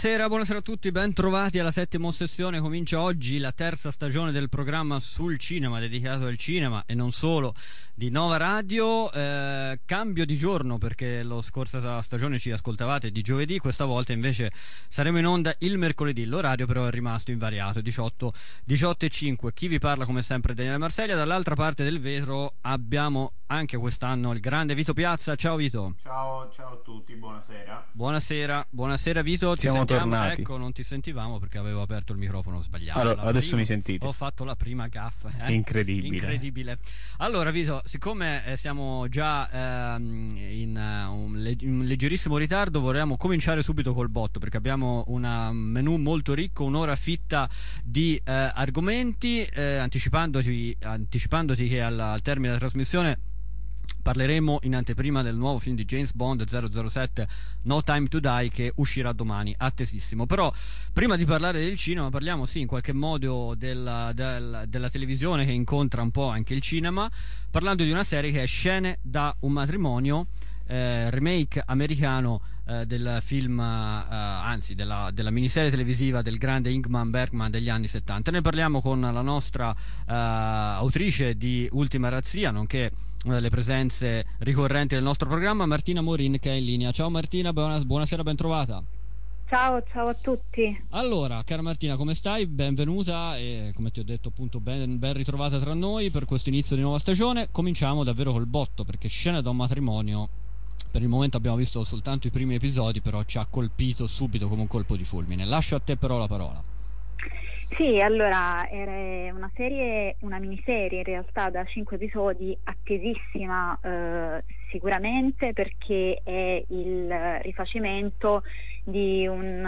Buonasera a tutti, ben trovati alla settima sessione. Comincia oggi la terza stagione del programma sul cinema, dedicato al cinema e non solo, di Nova Radio. Cambio di giorno, perché la scorsa stagione ci ascoltavate di giovedì, questa volta invece saremo in onda il mercoledì. L'orario però è rimasto invariato, 18:05. Chi vi parla come sempre Daniele Marseglia. Dall'altra parte del vetro abbiamo anche quest'anno il grande Vito Piazza. Ciao Vito. Ciao a tutti, buonasera. Buonasera Vito. Siamo tornati. Ecco, non ti sentivamo perché avevo aperto il microfono sbagliato. Allora, adesso mi sentite? Ho fatto la prima gaffa. Incredibile. Allora Vito, siccome siamo già in un leggerissimo ritardo, vorremmo cominciare subito col botto, perché abbiamo un menù molto ricco, un'ora fitta di argomenti, anticipandoti che al termine della trasmissione parleremo in anteprima del nuovo film di James Bond 007 No Time to Die, che uscirà domani, attesissimo. Però prima di parlare del cinema parliamo in qualche modo della televisione, che incontra un po' anche il cinema, parlando di una serie che è Scene da un matrimonio, remake americano del film, anzi della miniserie televisiva del grande Ingmar Bergman degli anni 70. Ne parliamo con la nostra autrice di Ultima Razzia, nonché una delle presenze ricorrenti del nostro programma, Martina Morin, che è in linea. Ciao Martina, buonasera, ben trovata. Ciao a tutti. Allora, cara Martina, come stai? Benvenuta e, come ti ho detto, appunto, ben ritrovata tra noi per questo inizio di nuova stagione. Cominciamo davvero col botto, perché Scene da un matrimonio, per il momento abbiamo visto soltanto i primi episodi, però ci ha colpito subito come un colpo di fulmine. Lascio a te però la parola. Sì, allora era una miniserie in realtà da 5 episodi, attesissima sicuramente, perché è il rifacimento di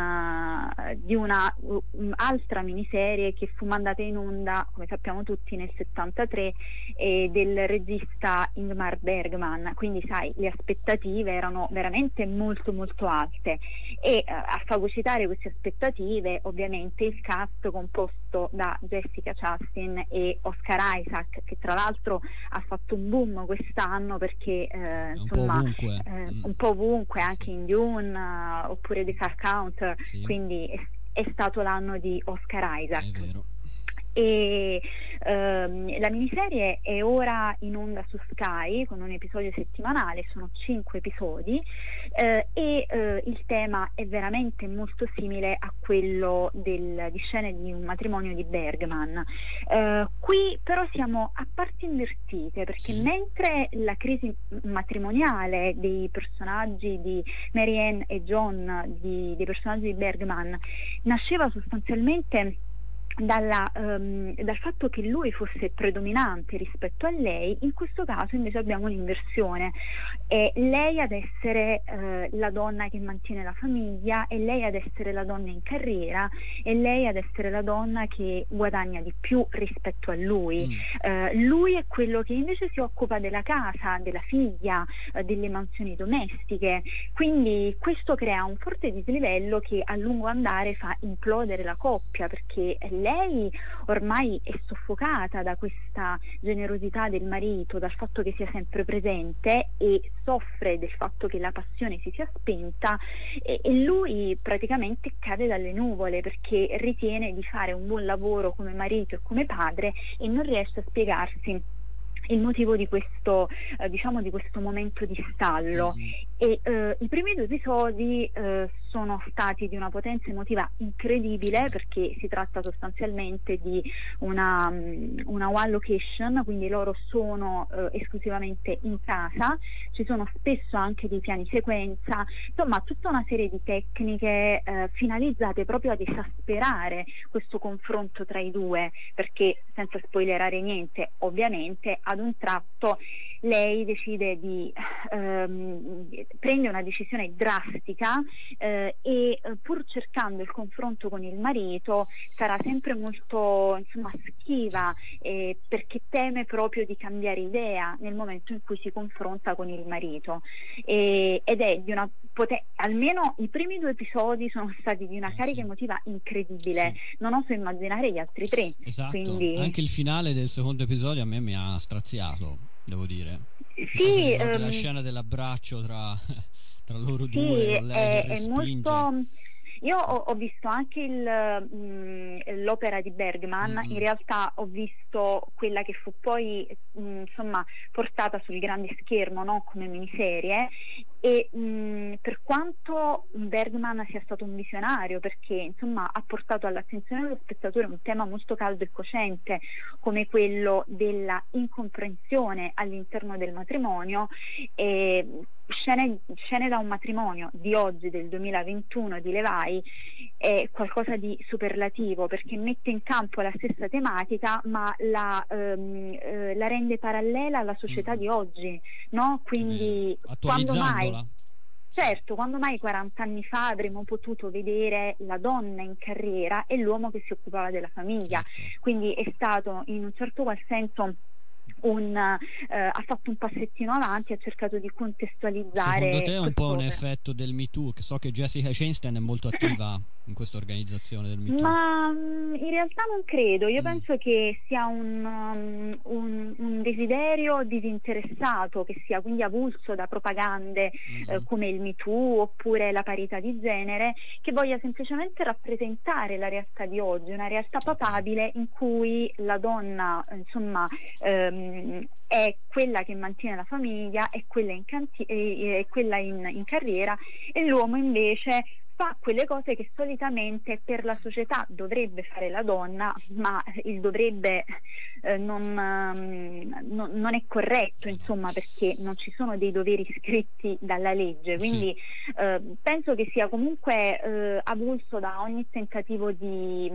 un'altra miniserie che fu mandata in onda, come sappiamo tutti, nel 73, del regista Ingmar Bergman. Quindi sai, le aspettative erano veramente molto molto alte, e a fagocitare queste aspettative ovviamente il cast composto da Jessica Chastain e Oscar Isaac, che tra l'altro ha fatto un boom quest'anno, perché insomma un po' ovunque, anche in Dune oppure The Car Counter, sì. Quindi è stato l'anno di Oscar Isaac. È vero. E la miniserie è ora in onda su Sky con un episodio settimanale, sono 5 episodi, e il tema è veramente molto simile a quello di Scene di un matrimonio di Bergman. Qui però siamo a parti invertite, perché mentre la crisi matrimoniale dei personaggi di Mary Ann e John, dei personaggi di Bergman, nasceva sostanzialmente dal fatto che lui fosse predominante rispetto a lei, in questo caso invece abbiamo l'inversione. È lei ad essere la donna che mantiene la famiglia, è lei ad essere la donna in carriera, è lei ad essere la donna che guadagna di più rispetto a lui. Lui è quello che invece si occupa della casa, della figlia, delle mansioni domestiche. Quindi questo crea un forte dislivello che a lungo andare fa implodere la coppia, perché lei ormai è soffocata da questa generosità del marito, dal fatto che sia sempre presente, e soffre del fatto che la passione si sia spenta, e lui praticamente cade dalle nuvole, perché ritiene di fare un buon lavoro come marito e come padre, e non riesce a spiegarsi il motivo di questo di questo momento di stallo. E i primi 2 episodi sono stati di una potenza emotiva incredibile, perché si tratta sostanzialmente di una one location, quindi loro sono esclusivamente in casa, ci sono spesso anche dei piani sequenza, insomma tutta una serie di tecniche finalizzate proprio ad esasperare questo confronto tra i due, perché, senza spoilerare niente, ovviamente ad un tratto lei decide prende una decisione drastica, e pur cercando il confronto con il marito sarà sempre molto schiva, perché teme proprio di cambiare idea nel momento in cui si confronta con il marito, ed è di una almeno i primi 2 episodi sono stati di una carica emotiva incredibile. Non oso immaginare gli altri 3. Esatto. Quindi anche il finale del secondo episodio a me mi ha straziato, devo dire. Sì, la scena dell'abbraccio tra loro sì, due, con lei che è respinge. molto Io ho visto anche l'opera di Bergman, in realtà ho visto quella che fu poi insomma portata sul grande schermo, no? Come miniserie, e per quanto Bergman sia stato un visionario, perché insomma ha portato all'attenzione dello spettatore un tema molto caldo e cocente come quello della incomprensione all'interno del matrimonio, scene da un matrimonio di oggi, del 2021, di Levai, è qualcosa di superlativo, perché mette in campo la stessa tematica ma la rende parallela alla società di oggi, no? Quindi attualizzandola. Certo, quando mai 40 anni fa avremmo potuto vedere la donna in carriera e l'uomo che si occupava della famiglia? Certo. Quindi è stato in un certo qual senso ha fatto un passettino avanti, ha cercato di contestualizzare. Secondo te è un po' un quest'opera. effetto del Me Too? Che so che Jessica Chastain è molto attiva in questa organizzazione del Me Too. Ma in realtà non credo, io penso che sia un desiderio disinteressato, che sia quindi avulso da propagande come il Me Too oppure la parità di genere, che voglia semplicemente rappresentare la realtà di oggi, una realtà papabile in cui la donna insomma è quella che mantiene la famiglia, è quella in carriera, e l'uomo invece fa quelle cose che solitamente per la società dovrebbe fare la donna, ma il dovrebbe non è corretto, insomma, perché non ci sono dei doveri scritti dalla legge, quindi penso che sia comunque avulso da ogni tentativo di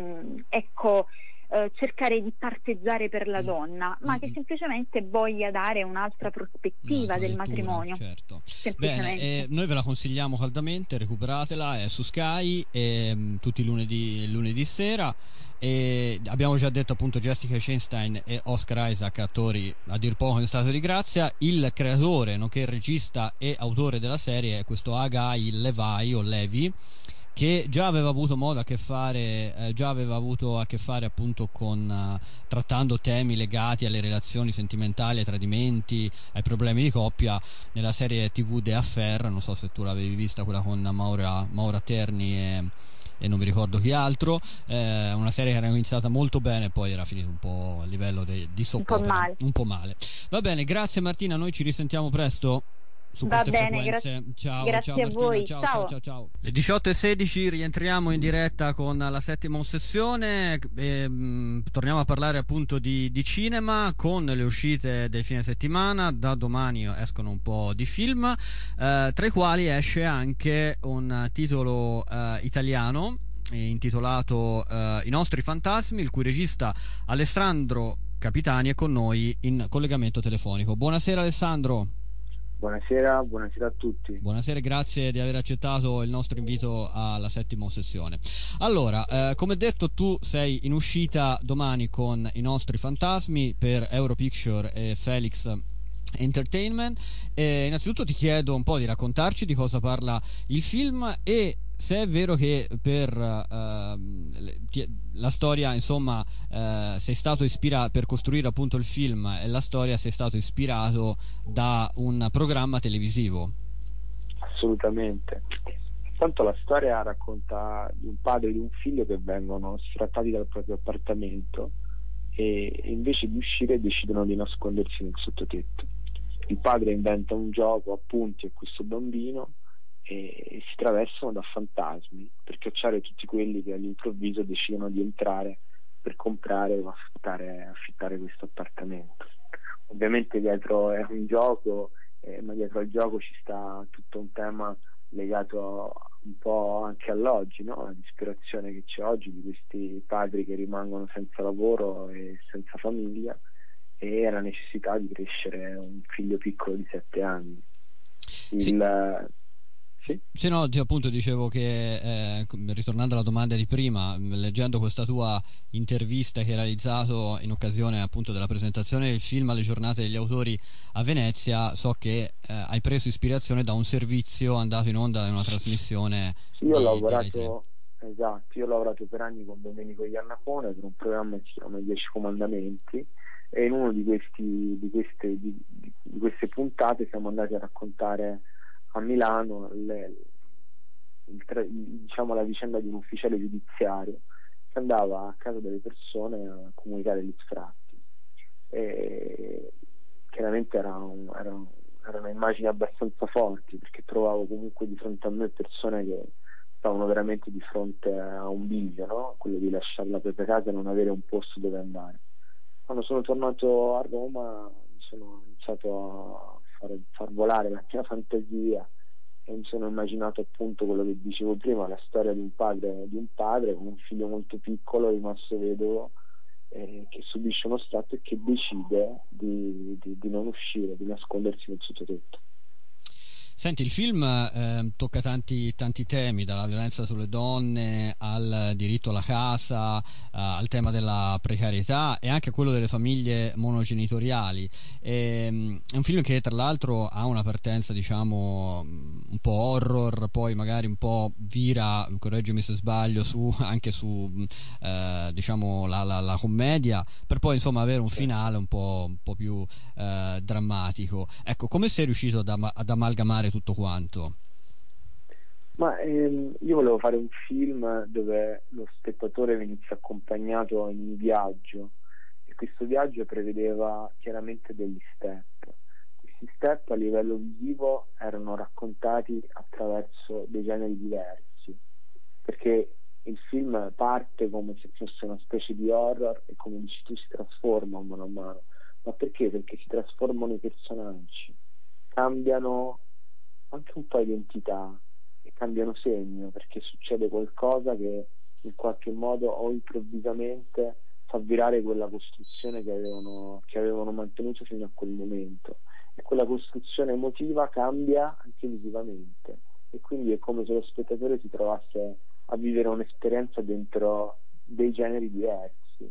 cercare di parteggiare per la donna, ma che semplicemente voglia dare un'altra prospettiva del lettura, matrimonio. certo. Semplicemente. Bene, noi ve la consigliamo caldamente, recuperatela, è su Sky tutti i lunedì sera, e abbiamo già detto appunto Jessica Chastain e Oscar Isaac, attori a dir poco in stato di grazia. Il creatore nonché regista e autore della serie è questo Agai Levai o Levi, che già aveva avuto a che fare appunto con trattando temi legati alle relazioni sentimentali, ai tradimenti, ai problemi di coppia nella serie TV The Affair. Non so se tu l'avevi vista, quella con Maura Terni e non mi ricordo chi altro, una serie che era iniziata molto bene, poi era finita un po' a livello di soppopera, un po' male. Va bene, grazie Martina, noi ci risentiamo presto su queste frequenze. Ciao grazie Martina, a voi. Ciao. Le 18:16 rientriamo in diretta con la settima sessione e torniamo a parlare appunto di cinema, con le uscite del fine settimana. Da domani escono un po' di film, tra i quali esce anche un titolo italiano intitolato I nostri fantasmi, il cui regista Alessandro Capitani è con noi in collegamento telefonico. Buonasera Alessandro. Buonasera a tutti. Buonasera, grazie di aver accettato il nostro invito alla settima sessione. Allora, come detto, tu sei in uscita domani con I nostri fantasmi per Europicture e Felix Entertainment. Innanzitutto ti chiedo un po' di raccontarci di cosa parla il film e se è vero che per la storia, insomma, sei stato ispirato per costruire appunto il film e la storia, sei stato ispirato da un programma televisivo. Assolutamente. Tanto la storia racconta di un padre e di un figlio che vengono sfrattati dal proprio appartamento e invece di uscire decidono di nascondersi nel sottotetto. Il padre inventa un gioco a punti a questo bambino e si traversano da fantasmi per cacciare tutti quelli che all'improvviso decidono di entrare per comprare o affittare questo appartamento. Ovviamente dietro è un gioco, ma dietro al gioco ci sta tutto un tema legato un po' anche all'oggi, no? La disperazione che c'è oggi di questi padri che rimangono senza lavoro e senza famiglia, e la necessità di crescere un figlio piccolo di 7 anni. Sì, no, appunto dicevo che ritornando alla domanda di prima, leggendo questa tua intervista che hai realizzato in occasione appunto della presentazione del film alle giornate degli autori a Venezia, so che hai preso ispirazione da un servizio andato in onda in una trasmissione. Io ho lavorato per anni con Domenico Iannacone per un programma che si chiama I 10 Comandamenti, e in una di queste puntate siamo andati a raccontare a Milano diciamo la vicenda di un ufficiale giudiziario che andava a casa delle persone a comunicare gli sfratti. E chiaramente erano immagini abbastanza forti, perché trovavo comunque di fronte a me persone che stavano veramente di fronte a un bivio, no? Quello di lasciare la propria casa e non avere un posto dove andare. Quando sono tornato a Roma mi sono iniziato a far volare la mia fantasia e mi sono immaginato appunto quello che dicevo prima, la storia di un padre con un figlio molto piccolo rimasto vedovo, che subisce uno sfratto e che decide di non uscire, di nascondersi nel sottotetto. Senti, il film tocca tanti temi, dalla violenza sulle donne al diritto alla casa, al tema della precarietà e anche a quello delle famiglie monogenitoriali. È un film che tra l'altro ha una partenza, diciamo, un po' horror, poi magari un po' vira, correggimi se sbaglio, anche su diciamo la commedia, per poi insomma avere un finale un po' più drammatico. Ecco, come sei riuscito ad amalgamare tutto quanto? Ma io volevo fare un film dove lo spettatore venisse accompagnato in un viaggio, e questo viaggio prevedeva chiaramente degli step. Questi step a livello visivo erano raccontati attraverso dei generi diversi, perché il film parte come se fosse una specie di horror e, come dici tu, si trasforma mano a mano. Ma perché? Perché si trasformano i personaggi, cambiano anche un po' identità e cambiano segno, perché succede qualcosa che in qualche modo o improvvisamente fa virare quella costruzione che avevano mantenuto fino a quel momento, e quella costruzione emotiva cambia anche visivamente, e quindi è come se lo spettatore si trovasse a vivere un'esperienza dentro dei generi diversi,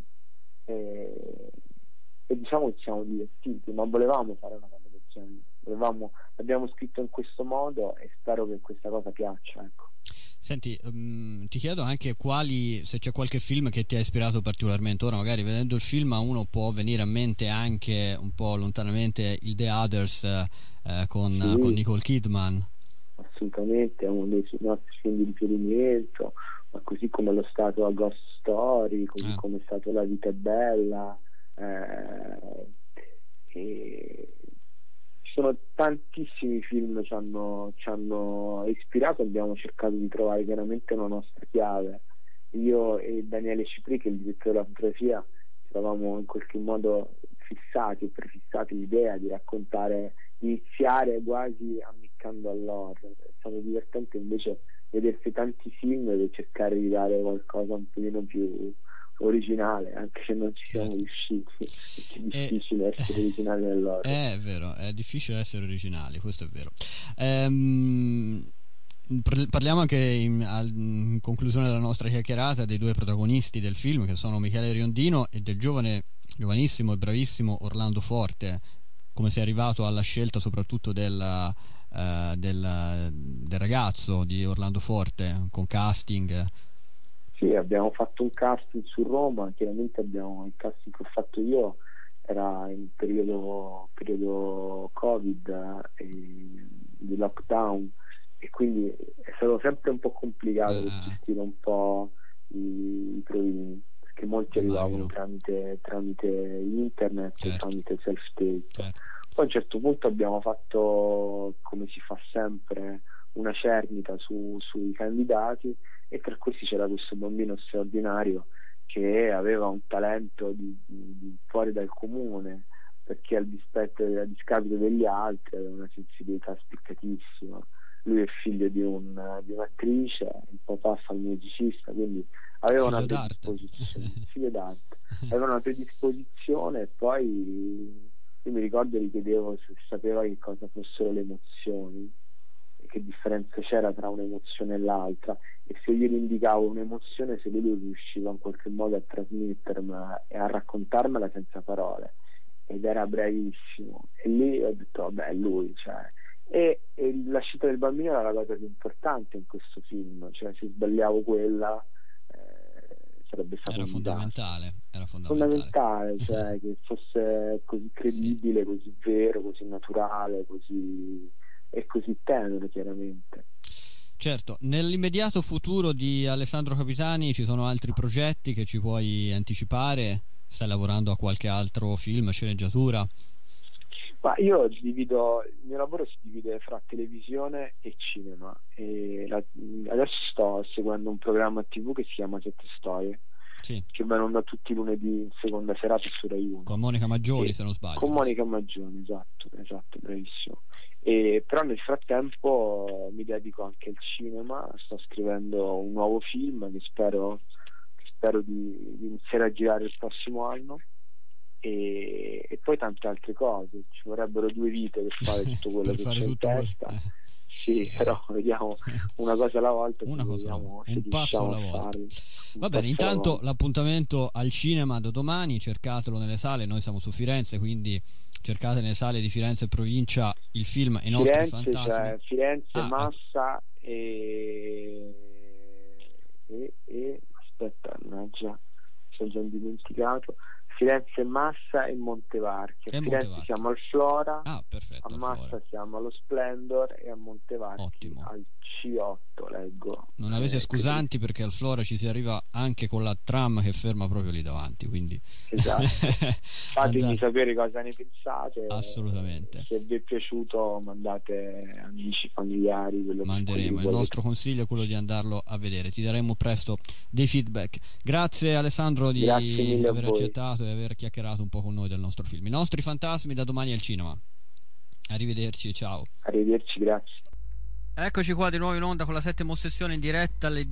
e diciamo che siamo divertiti, ma volevamo fare una cosa del genere. L'abbiamo scritto in questo modo e spero che questa cosa piaccia, ecco. Senti, ti chiedo anche se c'è qualche film che ti ha ispirato particolarmente. Ora magari vedendo il film a uno può venire a mente anche un po' lontanamente il The Others con Nicole Kidman. Assolutamente, è uno dei nostri film di riferimento, ma così come lo stato a Ghost Story, così come è stato La vita è bella, e ci sono tantissimi film che ci hanno ispirato. Abbiamo cercato di trovare chiaramente una nostra chiave. Io e Daniele Cipri, che è il direttore della fotografia, eravamo in qualche modo prefissati l'idea di raccontare, di iniziare quasi ammiccando all'horror. È stato divertente invece vedersi tanti film e cercare di dare qualcosa un pochino più originale, anche se non ci siamo riusciti, perché è difficile essere originali nell'horror. È vero, è difficile essere originali, questo è vero. Parliamo anche in conclusione della nostra chiacchierata dei due protagonisti del film, che sono Michele Riondino e del giovanissimo e bravissimo Orlando Forte. Come sei arrivato alla scelta soprattutto del ragazzo di Orlando Forte, con casting? Sì, abbiamo fatto un casting su Roma. Chiaramente il casting che ho fatto io era in periodo Covid di lockdown, e quindi è stato sempre un po' complicato gestire un po' i provini, perché molti arrivavano tramite internet, tramite self-tape. Poi a un certo punto abbiamo fatto, come si fa sempre, una cernita sui candidati, e tra questi c'era questo bambino straordinario che aveva un talento di fuori dal comune, perché a discapito degli altri aveva una sensibilità spiccatissima. Lui è figlio di un'attrice, il papà fa il musicista, quindi aveva una predisposizione, figlio d'arte, aveva una predisposizione. E poi io mi ricordo, gli chiedevo se sapeva che cosa fossero le emozioni e che differenza c'era tra un'emozione e l'altra, e se io gli indicavo un'emozione, se lui riusciva in qualche modo a trasmettermela e a raccontarmela senza parole, ed era bravissimo. E lì ho detto vabbè, lui, cioè. E la scelta del bambino era la cosa più importante in questo film, cioè se sbagliavo quella sarebbe stato fondamentale, cioè che fosse così credibile, così vero, così naturale, così tenero, chiaramente. Certo, nell'immediato futuro di Alessandro Capitani ci sono altri progetti che ci puoi anticipare? Stai lavorando a qualche altro film, sceneggiatura? Ma il mio lavoro si divide fra televisione e cinema, e adesso sto seguendo un programma TV che si chiama Sette Storie, Sì. che va in onda tutti i lunedì in seconda serata su Rai 1. Con Monica Maggiori, se non sbaglio. Con Monica Maggioni, esatto, bravissimo. Però nel frattempo mi dedico anche al cinema, sto scrivendo un nuovo film che spero di iniziare a girare il prossimo anno, e poi tante altre cose. Ci vorrebbero 2 vite per fare tutto quello che c'è in testa. Sì, però vediamo una cosa alla volta, un passo alla volta. Va bene, intanto l'appuntamento al cinema da domani, cercatelo nelle sale, noi siamo su Firenze, quindi cercate nelle sale di Firenze e provincia il film I nostri fantasmi. Cioè, Firenze, Massa e aspetta, mannaggia, sono già dimenticato. Firenze, Massa e Montevarchi. A Firenze siamo al Flora, perfetto, a Massa Flora. Siamo allo Splendor e a Montevarchi Ottimo. al C8, leggo. Non avete scusanti, perché al Flora ci si arriva anche con la tram che ferma proprio lì davanti, quindi esatto. Fatemi sapere cosa ne pensate. Assolutamente. Se vi è piaciuto mandate amici, familiari, manderemo. Il nostro consiglio è quello di andarlo a vedere, ti daremo presto dei feedback. Grazie Alessandro di aver accettato e aver chiacchierato un po' con noi del nostro film I nostri fantasmi, da domani al cinema. Arrivederci, ciao. Arrivederci, grazie. Eccoci qua di nuovo in onda con la 7ª sessione in diretta alle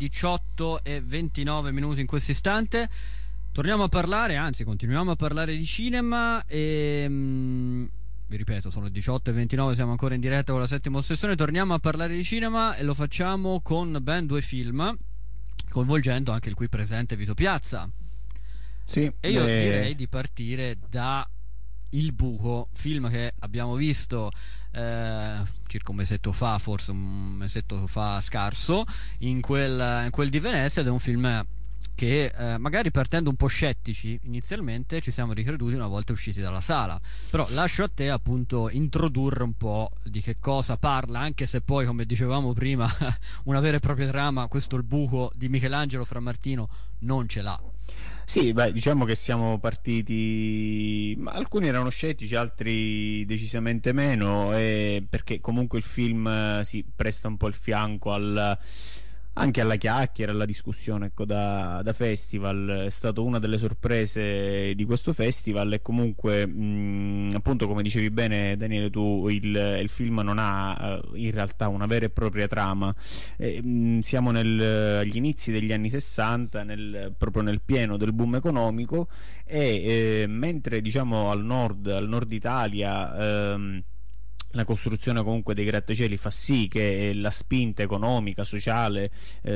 18:29 in questo istante. Torniamo a parlare, anzi continuiamo a parlare di cinema e vi ripeto, sono le 18:29, siamo ancora in diretta con la 7ª sessione. Torniamo a parlare di cinema e lo facciamo con ben 2 film, coinvolgendo anche il qui presente Vito Piazza. Sì, e io direi di partire da Il Buco, film che abbiamo visto circa un mesetto fa, forse un mesetto fa scarso, in quel di Venezia, ed è un film che magari, partendo un po' scettici inizialmente, ci siamo ricreduti una volta usciti dalla sala. Però lascio a te appunto introdurre un po' di che cosa parla, anche se poi, come dicevamo prima, una vera e propria trama questo Il Buco di Michelangelo Frammartino non ce l'ha. Sì, beh, diciamo che siamo partiti, alcuni erano scettici, altri decisamente meno, perché comunque il film si presta un po' il fianco anche alla chiacchiera, alla discussione, ecco, da festival. È stata una delle sorprese di questo festival, e comunque appunto, come dicevi bene Daniele tu, il film non ha in realtà una vera e propria trama. Siamo agli inizi degli anni 60, proprio nel pieno del boom economico, e mentre diciamo al nord Italia la costruzione comunque dei grattacieli fa sì che la spinta economica, sociale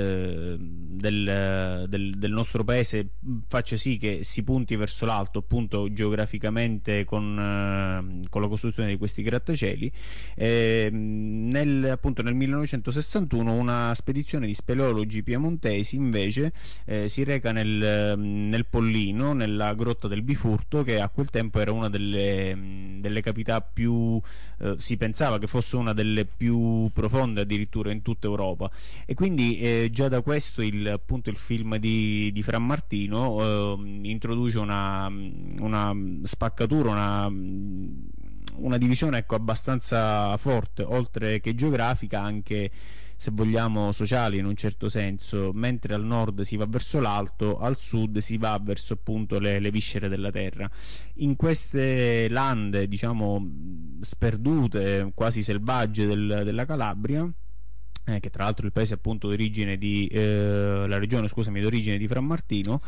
del nostro paese faccia sì che si punti verso l'alto, appunto geograficamente, con la costruzione di questi grattacieli. Appunto nel 1961 una spedizione di speleologi piemontesi invece si reca nel Pollino, nella grotta del Bifurto, che a quel tempo era una delle cavità più si pensava che fosse una delle più profonde addirittura in tutta Europa, e quindi già da questo il film di Frammartino introduce una spaccatura, una divisione, ecco, abbastanza forte, oltre che geografica anche, se vogliamo, sociali in un certo senso. Mentre al nord si va verso l'alto, al sud si va verso appunto le viscere della terra. In queste lande, diciamo, sperdute, quasi selvagge della Calabria, che tra l'altro è il paese appunto d'origine la regione, scusami, d'origine di Frammartino,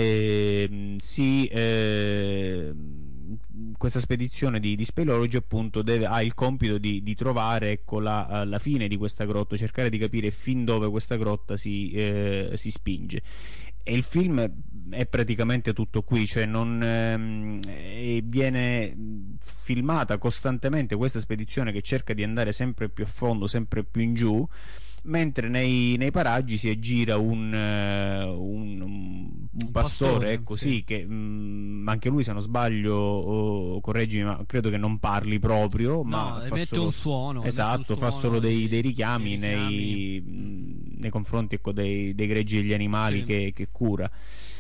questa spedizione di speleologi appunto ha il compito di trovare, ecco, la fine di questa grotta, cercare di capire fin dove questa grotta si spinge. E il film è praticamente tutto qui, cioè viene filmata costantemente questa spedizione che cerca di andare sempre più a fondo, sempre più in giù, mentre nei paraggi si aggira un un pastore, ecco, sì, che anche lui, se non sbaglio, correggimi, ma credo che non parli proprio, ma fa mette solo un suono, esatto, fa solo dei richiami, nei confronti, ecco, dei greggi e degli animali che cura.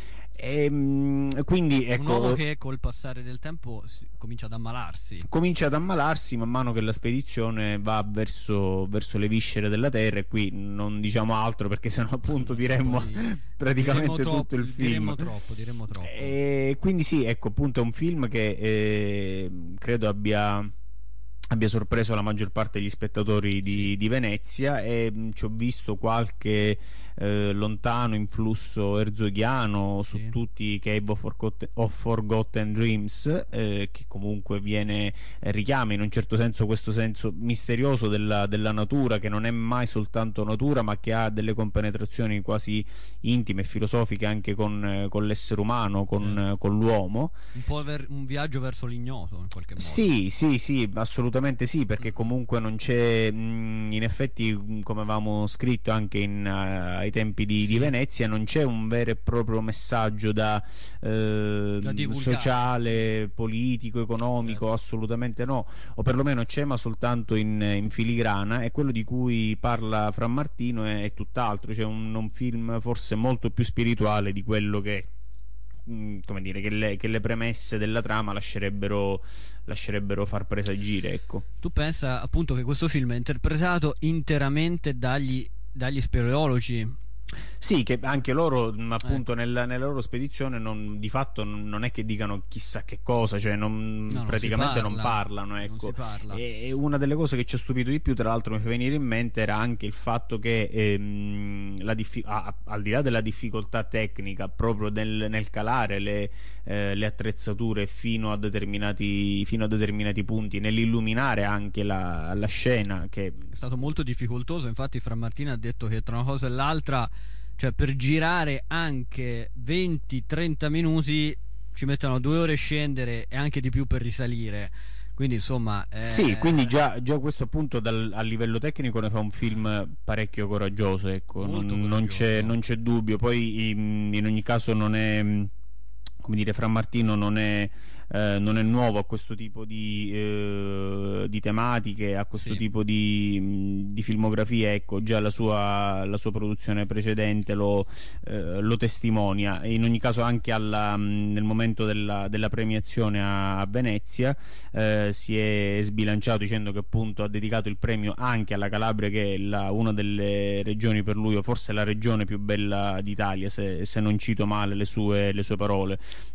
Quindi ecco, un uomo che col passare del tempo comincia ad ammalarsi man mano che la spedizione va verso le viscere della terra, e qui non diciamo altro perché sennò appunto diremmo praticamente tutto il film. Diremmo troppo. E quindi sì, ecco, appunto è un film che credo abbia sorpreso la maggior parte degli spettatori di Venezia, e ci ho visto qualche lontano influsso herzoghiano su tutti Cave of Forgotten Dreams, che comunque richiama in un certo senso questo senso misterioso della natura, che non è mai soltanto natura, ma che ha delle compenetrazioni quasi intime e filosofiche anche con l'essere umano, con l'uomo. Un po' un viaggio verso l'ignoto in qualche modo. Sì, assolutamente sì, perché comunque non c'è, in effetti, come avevamo scritto anche ai tempi di Venezia, non c'è un vero e proprio messaggio da sociale, politico, economico, assolutamente no, o perlomeno c'è, ma soltanto in filigrana, e quello di cui parla Frammartino è tutt'altro, c'è un film forse molto più spirituale di quello che, come dire, che le premesse della trama lascerebbero far presagire, ecco. Tu pensa appunto che questo film è interpretato interamente dagli speleologi. Sì, che anche loro appunto nella loro spedizione di fatto non è che dicano chissà che cosa, cioè praticamente non parlano, ecco. Non si parla. E una delle cose che ci ha stupito di più, tra l'altro, mi fa venire in mente, era anche il fatto che al di là della difficoltà tecnica proprio nel calare le attrezzature fino a determinati punti, nell'illuminare anche la scena, che è stato molto difficoltoso. Infatti Frammartino ha detto che tra una cosa e l'altra, cioè per girare anche 20-30 minuti ci mettono 2 ore a scendere e anche di più per risalire, quindi insomma sì, quindi già questo appunto a livello tecnico ne fa un film parecchio coraggioso, ecco. Non c'è dubbio. Poi in ogni caso non è, come dire, Frammartino non è nuovo a questo tipo di tematiche, a questo tipo di filmografia, ecco. Già la sua produzione precedente lo testimonia. E in ogni caso anche nel momento della premiazione a Venezia si è sbilanciato dicendo che appunto ha dedicato il premio anche alla Calabria, che è una delle regioni per lui, o forse la regione più bella d'Italia, se non cito male le sue parole.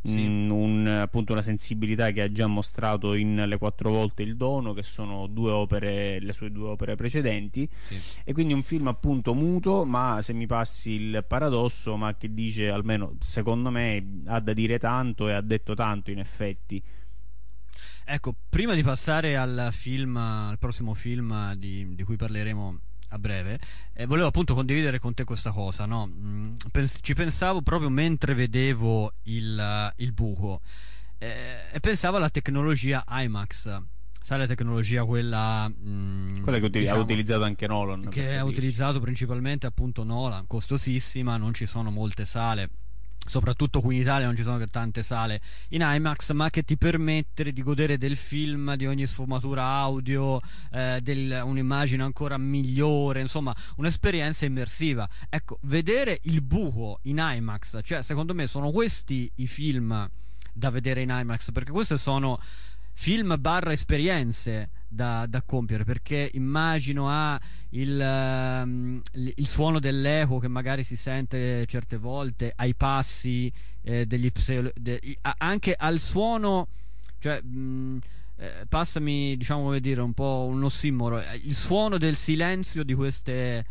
Appunto una sensibilità che ha già mostrato in Le 4 volte il dono, che sono le sue 2 opere precedenti, e quindi un film appunto muto, ma, se mi passi il paradosso, ma che dice, almeno secondo me, ha da dire tanto, e ha detto tanto in effetti. Ecco, prima di passare al prossimo film di cui parleremo a breve, volevo appunto condividere con te questa cosa, no? Ci pensavo proprio mentre vedevo il buco, e pensavo alla tecnologia IMAX. Sai, la tecnologia quella che ha utilizzato anche Nolan, che ha utilizzato principalmente appunto Nolan, costosissima, non ci sono molte sale, soprattutto qui in Italia non ci sono tante sale in IMAX, ma che ti permette di godere del film, di ogni sfumatura audio, un'immagine ancora migliore, insomma un'esperienza immersiva. Ecco, vedere il buco in IMAX, cioè secondo me sono questi i film da vedere in IMAX, perché queste sono film / esperienze da compiere, perché immagino il suono dell'eco che magari si sente certe volte, ai passi anche al suono, cioè passami, diciamo, come dire, un po' un ossimoro, il suono del silenzio di questa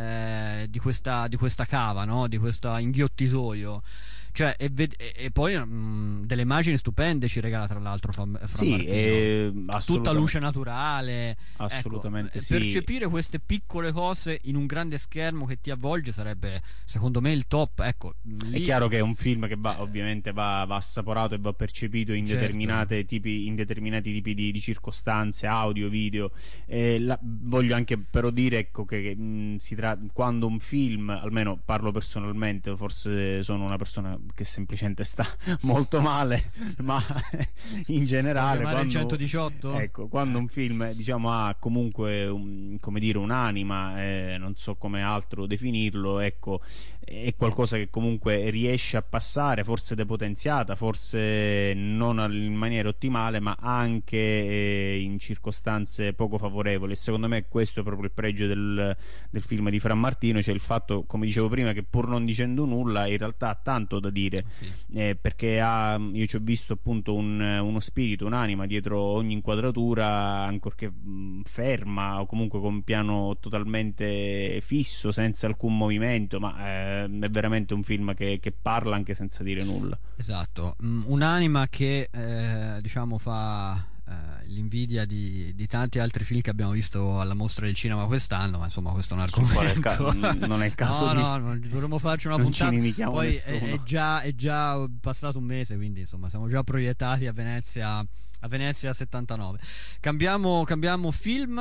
cava, no? Di questo inghiottitoio, cioè, e poi delle immagini stupende ci regala, tra l'altro, Frammartino. Tutta luce naturale, assolutamente, ecco, percepire queste piccole cose in un grande schermo che ti avvolge sarebbe, secondo me, il top. Ecco, lì... È chiaro che è un film che ovviamente va assaporato e va percepito in determinati tipi di circostanze, audio, video. Voglio anche però dire, ecco, che quando un film, almeno parlo personalmente, forse sono una persona che semplicemente sta molto male, ma in generale quando, 118? Ecco, quando un film, diciamo, ha comunque come dire, un'anima, non so come altro definirlo, ecco, è qualcosa che comunque riesce a passare, forse depotenziata, forse non in maniera ottimale, ma anche in circostanze poco favorevoli. E secondo me questo è proprio il pregio del film di Fran Martino, cioè il fatto, come dicevo prima, che pur non dicendo nulla in realtà ha tanto da dire, sì. Perché io ci ho visto appunto uno spirito, un'anima dietro ogni inquadratura, ancorché ferma o comunque con un piano totalmente fisso, senza alcun movimento, ma è veramente un film che parla anche senza dire nulla. Esatto, un'anima che diciamo fa l'invidia di tanti altri film che abbiamo visto alla Mostra del Cinema quest'anno, ma insomma questo è un argomento. Non è il caso no, dovremmo farci una puntata. Poi è già passato un mese, quindi insomma siamo già proiettati a Venezia 79. Cambiamo film,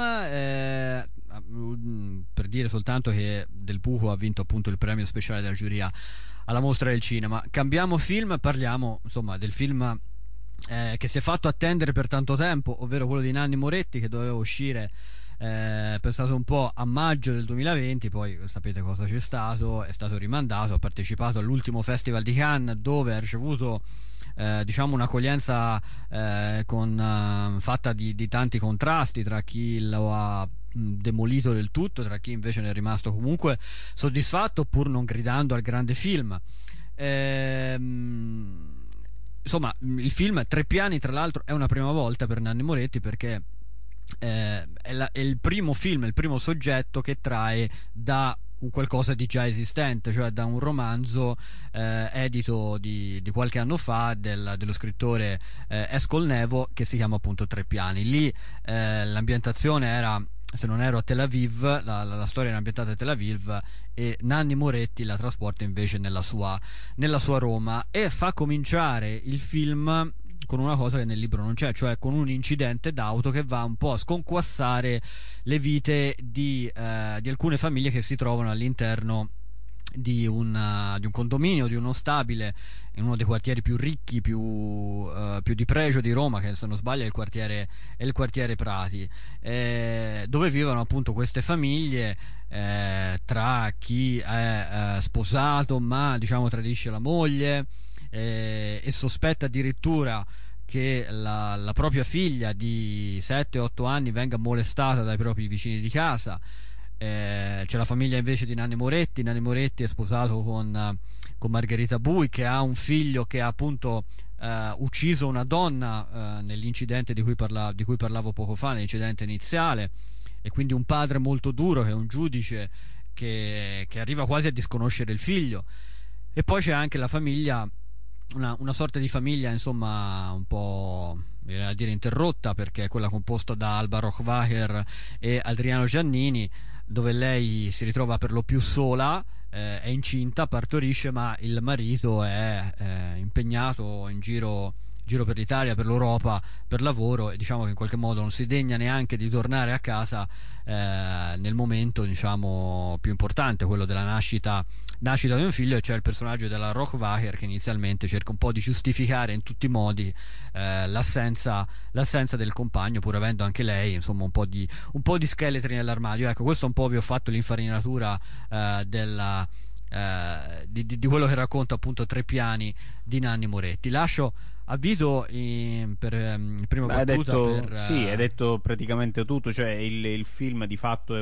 per dire soltanto che Del Buco ha vinto appunto il premio speciale della giuria alla Mostra del Cinema. Cambiamo film, parliamo insomma del film che si è fatto attendere per tanto tempo, ovvero quello di Nanni Moretti, che doveva uscire, pensate un po', a maggio del 2020. Poi sapete cosa c'è stato, è stato rimandato. Ha partecipato all'ultimo Festival di Cannes, dove ha ricevuto diciamo un'accoglienza fatta di tanti contrasti, tra chi lo ha demolito del tutto, tra chi invece ne è rimasto comunque soddisfatto, pur non gridando al grande film. Insomma, il film Tre piani, tra l'altro, è una prima volta per Nanni Moretti, perché è il primo film, il primo soggetto che trae da un qualcosa di già esistente, cioè da un romanzo edito di qualche anno fa dello scrittore Escolnevo, che si chiama appunto Tre piani. Lì l'ambientazione era, se non ero, a Tel Aviv, la storia era ambientata a Tel Aviv, e Nanni Moretti la trasporta invece nella sua Roma, e fa cominciare il film con una cosa che nel libro non c'è, cioè con un incidente d'auto che va un po' a sconquassare le vite di alcune famiglie che si trovano all'interno di un condominio, di uno stabile, in uno dei quartieri più ricchi, più di pregio di Roma, che se non sbaglio è il quartiere Prati, dove vivono appunto queste famiglie, tra chi è sposato ma diciamo tradisce la moglie, e sospetta addirittura che la propria figlia di 7-8 anni venga molestata dai propri vicini di casa. C'è la famiglia invece di Nanni Moretti. Nanni Moretti è sposato con Margherita Bui, che ha un figlio che ha appunto ucciso una donna nell'incidente di cui parlavo poco fa, nell'incidente iniziale, e quindi un padre molto duro, che è un giudice che arriva quasi a disconoscere il figlio. E poi c'è anche la famiglia, una sorta di famiglia insomma un po', viene a dire, interrotta, perché è quella composta da Alba Rochwacher e Adriano Giannini, dove lei si ritrova per lo più sola, è incinta, partorisce, ma il marito è impegnato in giro per l'Italia, per l'Europa, per lavoro, e diciamo che in qualche modo non si degna neanche di tornare a casa nel momento, diciamo, più importante, quello della nascita di un figlio. E c'è il personaggio della Rochwacher, che inizialmente cerca un po' di giustificare in tutti i modi l'assenza del compagno, pur avendo anche lei insomma un po' di scheletri nell'armadio. Ecco, questo un po' vi ho fatto l'infarinatura di quello che racconta appunto Tre piani di Nanni Moretti. Lascio a Vito per il primo battuta. Sì, hai detto praticamente tutto. Cioè il film di fatto è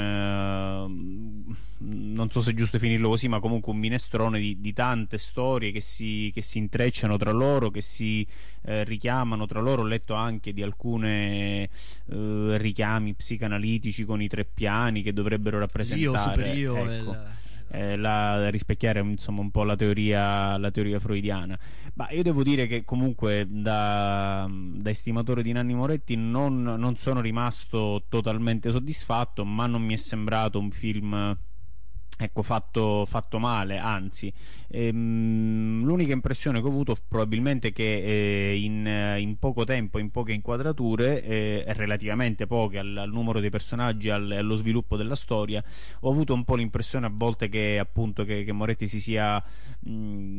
non so se è giusto definirlo così, ma comunque un minestrone di tante storie che si intrecciano tra loro, che si richiamano tra loro. Ho letto anche di alcune richiami psicanalitici con i tre piani che dovrebbero rappresentare, io, ecco, rispecchiare insomma un po' la teoria freudiana. Ma io devo dire che comunque da estimatore di Nanni Moretti non sono rimasto totalmente soddisfatto, ma non mi è sembrato un film, ecco, fatto male, anzi. L'unica impressione che ho avuto probabilmente è che in poco tempo, in poche inquadrature, relativamente poche al numero dei personaggi, allo sviluppo della storia, ho avuto un po' l'impressione a volte che appunto che Moretti si sia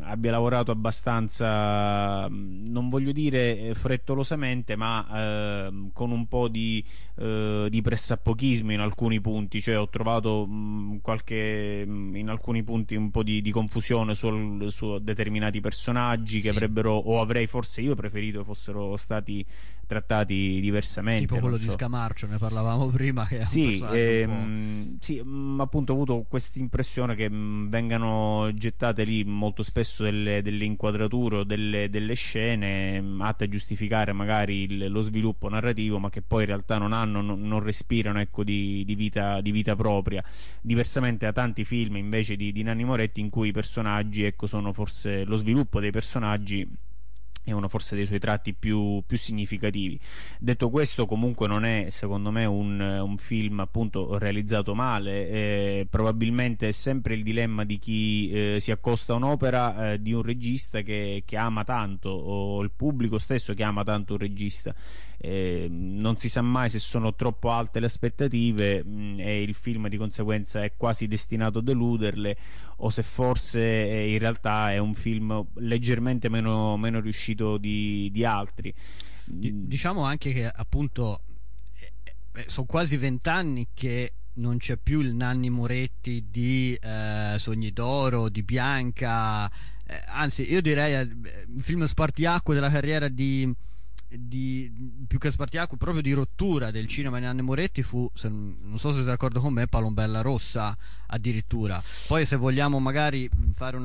abbia lavorato abbastanza, non voglio dire frettolosamente, ma con un po' di pressappochismo in alcuni punti. Cioè ho trovato in alcuni punti un po' di confusione su determinati personaggi che Sì. avrebbero, o avrei forse io preferito fossero stati trattati diversamente, Tipo quello non di so. Scamarcio, ne parlavamo prima, che è un Sì, personaggio un po'... sì, appunto ho avuto questa impressione che vengano gettate lì molto spesso delle inquadrature o delle scene atte a giustificare magari lo sviluppo narrativo, ma che poi in realtà non respirano, ecco, di vita propria, diversamente da tanti film invece di Nanni Moretti, in cui i personaggi, ecco, sono forse lo sviluppo dei personaggi è uno forse dei suoi tratti più significativi. Detto questo, comunque non è secondo me un film appunto realizzato male, probabilmente è sempre il dilemma di chi si accosta a un'opera di un regista che ama tanto, o il pubblico stesso che ama tanto un regista. Non si sa mai se sono troppo alte le aspettative, e il film di conseguenza è quasi destinato a deluderle, o se forse in realtà è un film leggermente meno riuscito di altri. Diciamo anche che appunto sono quasi 20 anni che non c'è più il Nanni Moretti di Sogni d'Oro, di Bianca, anzi io direi il film spartiacque della carriera più che spartiacque, proprio di rottura del cinema di Nanni Moretti fu, non so se sei d'accordo con me, Palombella Rossa addirittura. Poi se vogliamo magari fare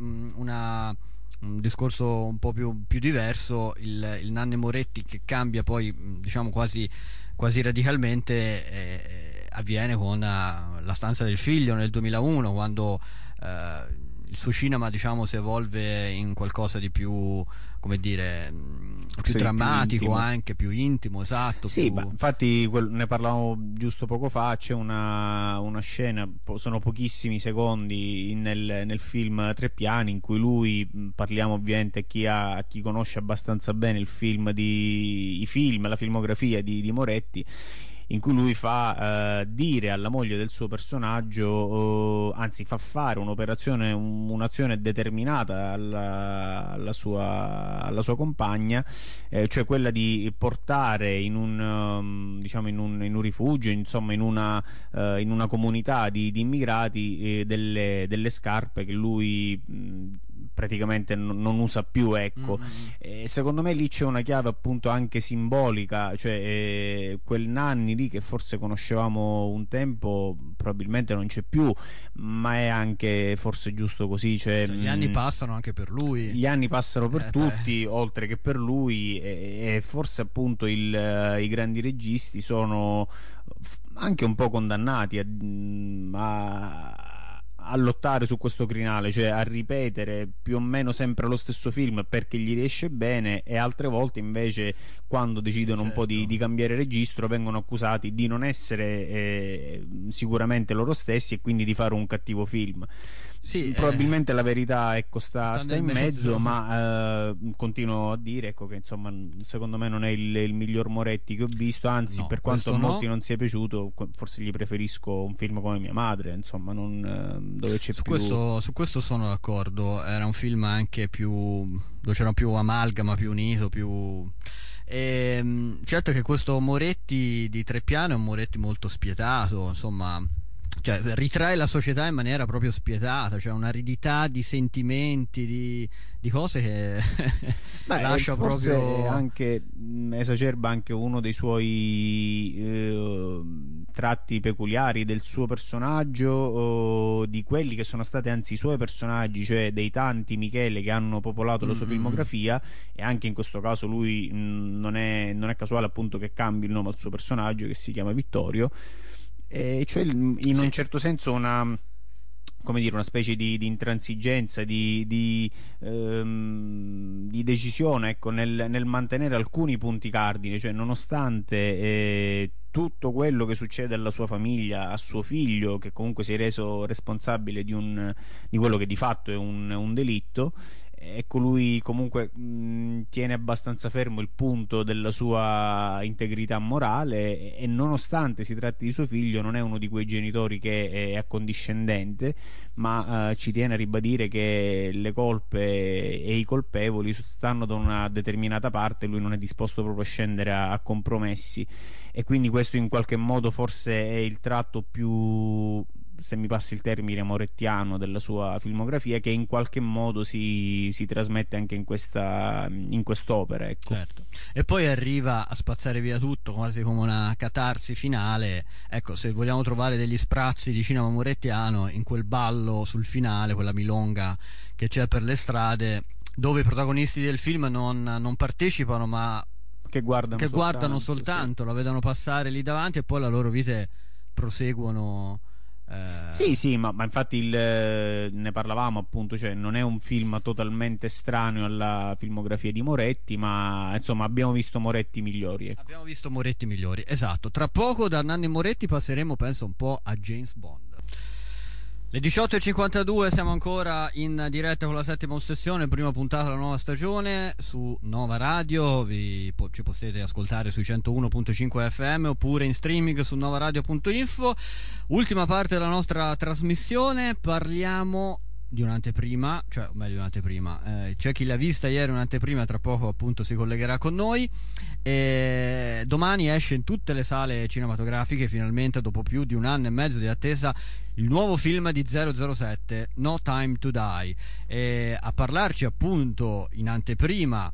un discorso un po' più diverso, il Nanni Moretti che cambia poi, diciamo, quasi radicalmente, avviene con La stanza del figlio nel 2001, quando il suo cinema, diciamo, si evolve in qualcosa di più, come dire, più drammatico, intimo. anche più intimo, esatto. Sì, più... infatti ne parlavamo giusto poco fa. C'è una scena, sono pochissimi secondi nel film Tre Piani, in cui lui, parliamo ovviamente a chi conosce abbastanza bene il film, la filmografia di Moretti, in cui lui fa dire alla moglie del suo personaggio, anzi fa fare un'azione determinata alla sua compagna, cioè quella di portare in un rifugio, insomma in una comunità di immigrati, delle scarpe che lui praticamente non usa più, ecco. Secondo me lì c'è una chiave appunto anche simbolica, cioè quel Nanni lì che forse conoscevamo un tempo probabilmente non c'è più, ma è anche forse giusto così, cioè, gli anni passano anche per lui, gli anni passano per tutti, oltre che per lui, e forse appunto i grandi registi sono anche un po' condannati a lottare su questo crinale, cioè a ripetere più o meno sempre lo stesso film perché gli riesce bene, e altre volte invece, quando decidono un po' di cambiare registro, vengono accusati di non essere sicuramente loro stessi, e quindi di fare un cattivo film. Sì, probabilmente la verità, ecco, sta in mezzo, ma continuo a dire, ecco, che insomma secondo me non è il miglior Moretti che ho visto, anzi, no, per quanto a no. molti non sia piaciuto, forse gli preferisco un film come Mia madre, insomma, dove c'è più... Su questo sono d'accordo. Era un film anche dove c'era più amalgama, più unito, più... certo che questo Moretti di Tre Piani è un Moretti molto spietato, insomma, cioè ritrae la società in maniera proprio spietata, cioè una aridità di sentimenti, di cose che lascia forse proprio anche esacerba anche uno dei suoi tratti peculiari del suo personaggio, o di quelli che sono stati anzi i suoi personaggi, cioè dei tanti Michele che hanno popolato la sua filmografia, e anche in questo caso lui non è casuale appunto che cambi il nome al suo personaggio, che si chiama Vittorio. Cioè in un certo senso una specie di intransigenza, di decisione, ecco, nel mantenere alcuni punti cardine, cioè nonostante tutto quello che succede alla sua famiglia, a suo figlio, che comunque si è reso responsabile di quello che di fatto è un delitto, ecco, lui comunque tiene abbastanza fermo il punto della sua integrità morale, e nonostante si tratti di suo figlio non è uno di quei genitori che è accondiscendente, ma ci tiene a ribadire che le colpe e i colpevoli stanno da una determinata parte, lui non è disposto proprio a scendere a compromessi, e quindi questo in qualche modo forse è il tratto più, se mi passi il termine, morettiano della sua filmografia, che in qualche modo si trasmette anche in quest'opera, ecco. Certo. E poi arriva a spazzare via tutto quasi come una catarsi finale. Ecco, se vogliamo trovare degli sprazzi di cinema morettiano, in quel ballo sul finale, quella milonga che c'è per le strade, dove i protagonisti del film non partecipano, ma che guardano soltanto, sì. La vedono passare lì davanti e poi la loro vite proseguono. Sì, ma infatti ne parlavamo appunto, cioè non è un film totalmente estraneo alla filmografia di Moretti, ma insomma abbiamo visto Moretti migliori, ecco. Abbiamo visto Moretti migliori, esatto. Tra poco da Nanni Moretti passeremo, penso, un po' a James Bond. Le 18:52, siamo ancora in diretta con la settima ossessione, prima puntata della nuova stagione su Nova Radio. Ci potete ascoltare sui 101.5 FM oppure in streaming su novaradio.info. Ultima parte della nostra trasmissione, parliamo di un'anteprima, cioè meglio un'anteprima, c'è chi l'ha vista ieri un'anteprima, tra poco appunto si collegherà con noi, e domani esce in tutte le sale cinematografiche finalmente, dopo più di un anno e mezzo di attesa, il nuovo film di 007, No Time to Die, e a parlarci appunto in anteprima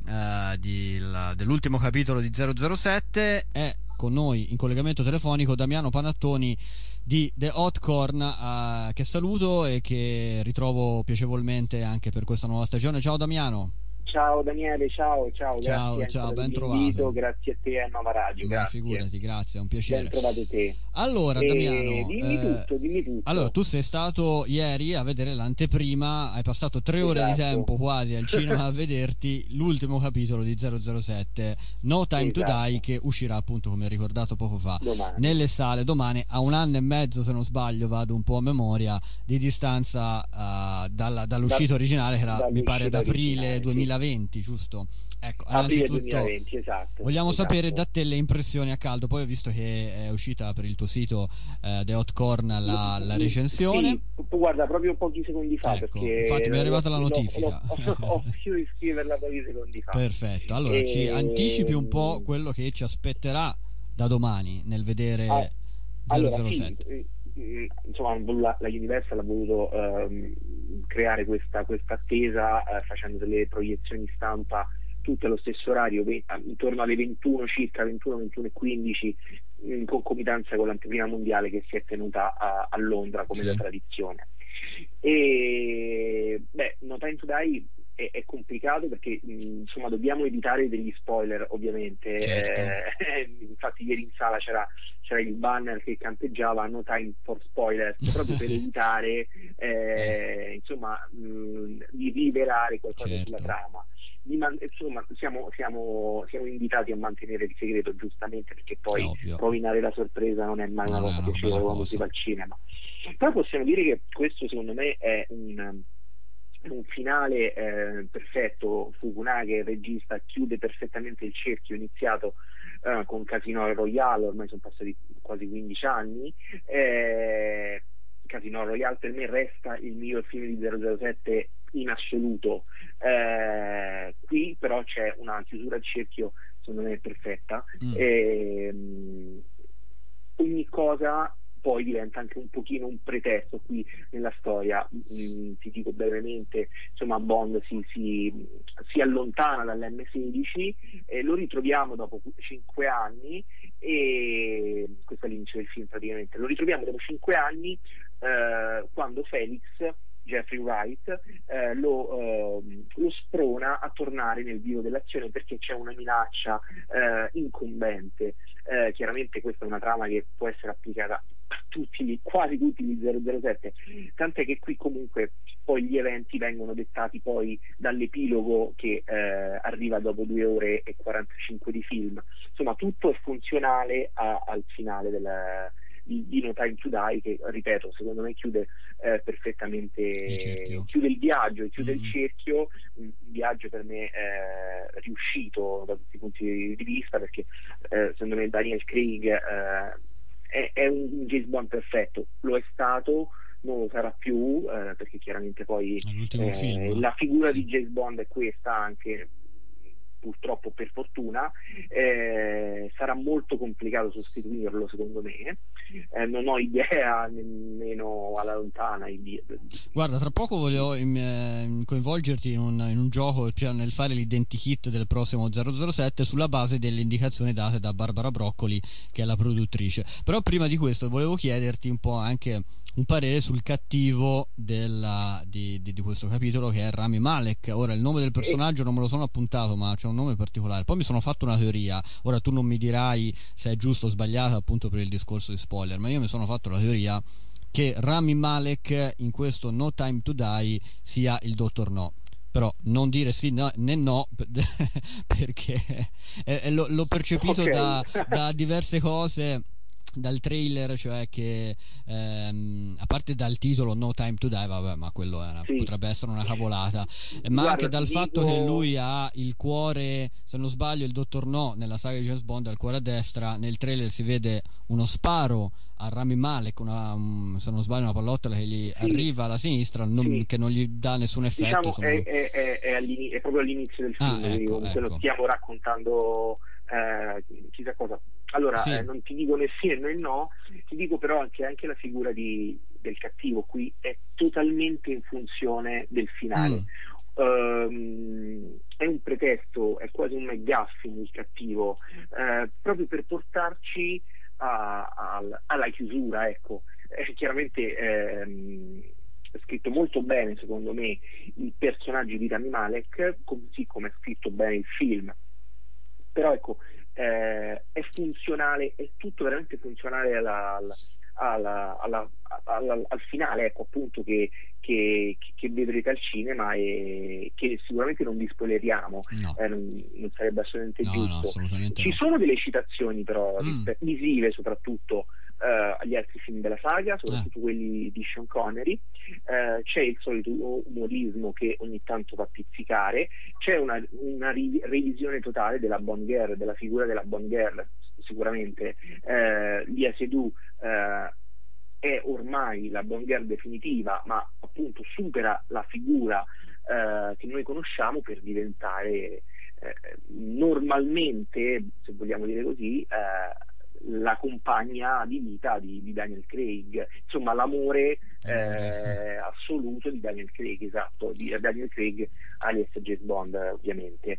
dell'ultimo capitolo di 007 è con noi in collegamento telefonico Damiano Panattoni di The Hot Corn, che saluto e che ritrovo piacevolmente anche per questa nuova stagione. Ciao Damiano. Ciao Daniele, ciao, grazie ben trovato. trovato. Grazie a te a Nova Radio, grazie. Figurati, grazie, è un piacere. Ben trovato te. Allora, Damiano, dimmi tutto. Allora, tu sei stato ieri a vedere l'anteprima, hai passato 3 ore di tempo quasi al cinema a vederti l'ultimo capitolo di 007, No Time to Die, che uscirà appunto, come hai ricordato poco fa, nelle sale domani, a 1 anno e mezzo, se non sbaglio, vado un po' a memoria, di distanza dall'uscita originale, che era, mi pare, ad aprile 2020, giusto? Ecco, aprile 2020, esatto. Vogliamo sapere da te le impressioni a caldo. Poi ho visto che è uscita per il tuo sito The Hot Corn la recensione. Sì, guarda, proprio pochi secondi fa, ecco, perché infatti mi è arrivata la notifica. Ho finito di scriverla pochi secondi fa. Perfetto, allora ci anticipi un po' quello che ci aspetterà da domani nel vedere 007. Allora, sì, insomma, la Universal ha voluto creare questa attesa facendo delle proiezioni stampa tutte allo stesso orario, intorno alle 21 circa, 21 e 15, in concomitanza con l'anteprima mondiale che si è tenuta a Londra come da tradizione. E No Time to Die è complicato perché insomma dobbiamo evitare degli spoiler, ovviamente. Certo. Infatti ieri in sala c'era il banner che campeggiava No Time for Spoilers, proprio per evitare insomma di rivelare qualcosa sulla trama. Insomma siamo invitati a mantenere il segreto, giustamente, perché poi rovinare la sorpresa non è mai una cosa piacevole quando si va al cinema. Però possiamo dire che questo, secondo me, è un finale perfetto. Fukunaga, il regista, chiude perfettamente il cerchio iniziato con Casino Royale. Ormai sono passati quasi 15 anni. Casino Royale per me resta il miglior film di 007 in assoluto. Qui però c'è una chiusura di cerchio, secondo me, perfetta. Ogni cosa poi diventa anche un pochino un pretesto qui nella storia. Ti dico brevemente, insomma, Bond si allontana dall'M16 e lo ritroviamo dopo 5 anni, e questo è l'inizio del film praticamente. Lo ritroviamo dopo 5 anni quando Felix, Jeffrey Wright, lo sprona a tornare nel vivo dell'azione perché c'è una minaccia incombente. Chiaramente questa è una trama che può essere applicata a quasi tutti gli 007, tant'è che qui comunque poi gli eventi vengono dettati poi dall'epilogo che arriva dopo 2 ore e 45 di film. Insomma, tutto è funzionale al finale di No Time to Die, che, ripeto, secondo me chiude perfettamente, chiude il viaggio e chiude il cerchio, viaggio per me riuscito da tutti i punti di vista, perché secondo me Daniel Craig è un James Bond perfetto, lo è stato, non lo sarà più, perché chiaramente poi l'ultimo film. la figura di James Bond è questa anche, purtroppo, per fortuna. Sarà molto complicato sostituirlo, secondo me. Non ho idea nemmeno alla lontana. Guarda, tra poco volevo coinvolgerti in un gioco, cioè nel fare l'identikit del prossimo 007 sulla base delle indicazioni date da Barbara Broccoli, che è la produttrice. Però prima di questo volevo chiederti un po' anche un parere sul cattivo di questo capitolo, che è Rami Malek. Ora, il nome del personaggio non me lo sono appuntato, ma c'è un nome particolare. Poi mi sono fatto una teoria, ora tu non mi dirai se è giusto o sbagliata, appunto per il discorso di spoiler, ma io mi sono fatto la teoria che Rami Malek in questo No Time to Die sia il Dottor No. Però non dire sì né no perché l'ho percepito da diverse cose, dal trailer, cioè che a parte dal titolo No Time to Die, vabbè, ma quello potrebbe essere una cavolata, ma guarda, anche dal fatto che lui ha il cuore, se non sbaglio il Dottor No nella saga di James Bond ha il cuore a destra. Nel trailer si vede uno sparo a Rami Malek, se non sbaglio una pallottola che gli arriva alla sinistra, che non gli dà nessun effetto. Diciamo, è proprio all'inizio del film, ecco. Non stiamo raccontando chissà cosa. Allora, non ti dico né sì né no, ti dico però che anche la figura del cattivo qui è totalmente in funzione del finale. È un pretesto, è quasi un McGuffin il cattivo, proprio per portarci alla chiusura, ecco. Chiaramente è scritto molto bene, secondo me, il personaggio di Rami Malek, così come è scritto bene il film. Però ecco, è funzionale, è tutto veramente funzionale al finale, ecco, appunto, che vedrete al cinema e che sicuramente non vi spoileriamo. Non sarebbe assolutamente giusto. No, assolutamente ci sono delle citazioni però visive, soprattutto agli altri film della saga, soprattutto quelli di Sean Connery. C'è il solito umorismo che ogni tanto fa pizzicare, c'è una revisione totale della Bond Girl, della figura della Bond Girl. Sicuramente Lia Seydoux è ormai la Bond Girl definitiva, ma appunto supera la figura che noi conosciamo per diventare normalmente, se vogliamo dire così, la compagna di vita di Daniel Craig, insomma l'amore assoluto di Daniel Craig, esatto, di Daniel Craig alias James Bond, ovviamente.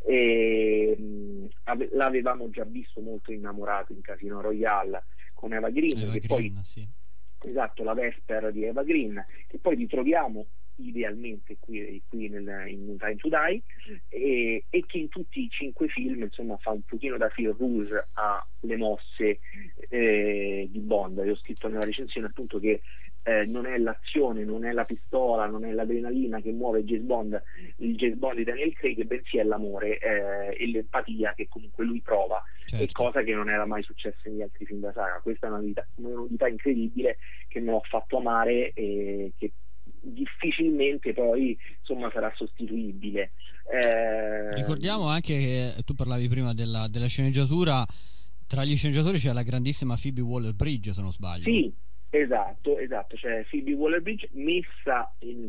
L'avevamo già visto molto innamorato in Casino Royale con Eva Green, esatto, la Vesper di Eva Green, che poi ritroviamo idealmente qui in No Time to Die, e che in tutti i 5 film, insomma, fa un pochino da fil rouge alle mosse di Bond. Io ho scritto nella recensione appunto che non è l'azione, non è la pistola, non è l'adrenalina che muove il James Bond di Daniel Craig, bensì è l'amore e l'empatia che comunque lui prova, certo. E cosa che non era mai successa negli altri film della saga. Questa è una novità incredibile che me l'ho fatto amare e che difficilmente poi, insomma, sarà sostituibile. Ricordiamo anche che tu parlavi prima della sceneggiatura. Tra gli sceneggiatori c'è la grandissima Phoebe Waller-Bridge, se non sbaglio. Sì, esatto, c'è Phoebe Waller-Bridge messa in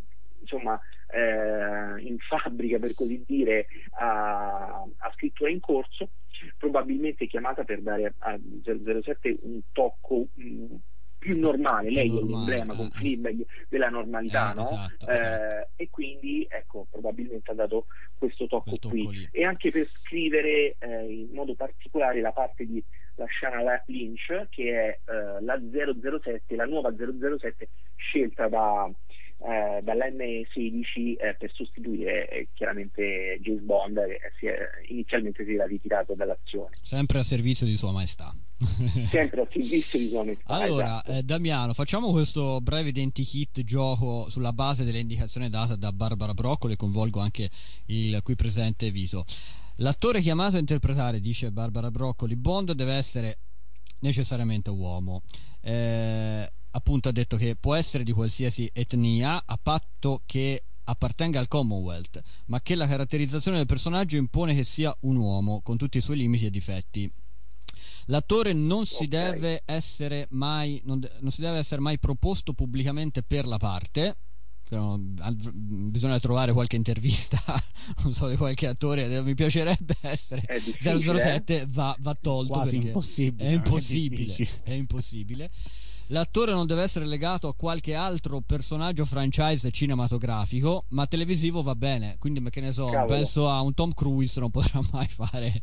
fabbrica, per così dire, a scrittura in corso, probabilmente chiamata per dare a 007 un tocco più normale. Lei è l'emblema con Fleabag della normalità, no? Esatto. E quindi, ecco, probabilmente ha dato questo tocco qui. E anche per scrivere in modo particolare la parte di Lashana Lynch, che è la 007, la nuova 007 scelta dalla M16 per sostituire chiaramente James Bond, che inizialmente si era ritirato dall'azione. Sempre a servizio di Sua Maestà. Sempre a servizio di Sua Maestà. Allora, esatto. Damiano, facciamo questo breve identikit gioco sulla base delle indicazioni date da Barbara Broccoli, e coinvolgo anche il qui presente Vito. L'attore chiamato a interpretare, dice Barbara Broccoli, Bond deve essere necessariamente uomo. Appunto ha detto che può essere di qualsiasi etnia, a patto che appartenga al Commonwealth, ma che la caratterizzazione del personaggio impone che sia un uomo con tutti i suoi limiti e difetti. L'attore non si deve essere mai proposto pubblicamente per la parte. Bisogna trovare qualche intervista non so, di qualche attore. Mi piacerebbe essere 007, va tolto, quasi impossibile, è impossibile. L'attore non deve essere legato a qualche altro personaggio franchise cinematografico, ma televisivo va bene. Quindi, che ne so, penso a un Tom Cruise, non potrà mai fare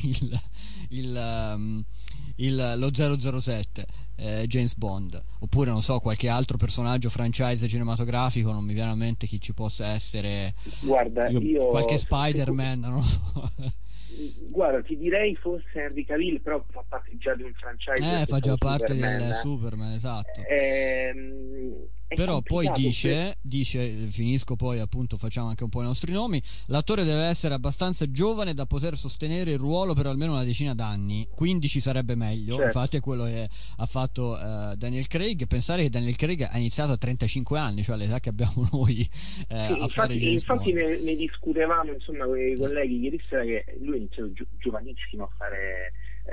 lo 007, James Bond. Oppure, non so, qualche altro personaggio franchise cinematografico, non mi viene a mente chi ci possa essere. Guarda, io qualche Spider-Man, non lo so. Guarda, ti direi forse Henry Cavill, però fa parte già di un franchise. Fa già parte del Superman, esatto. Però poi dice, finisco, poi appunto facciamo anche un po' i nostri nomi. L'attore deve essere abbastanza giovane da poter sostenere il ruolo per almeno una decina d'anni, 15 sarebbe meglio. Certo. Infatti è quello che ha fatto Daniel Craig. Pensare che Daniel Craig ha iniziato a 35 anni, cioè l'età che abbiamo noi a fare James Bond. Infatti ne discutevamo, insomma, con i colleghi ieri sera, che lui iniziò giovanissimo a fare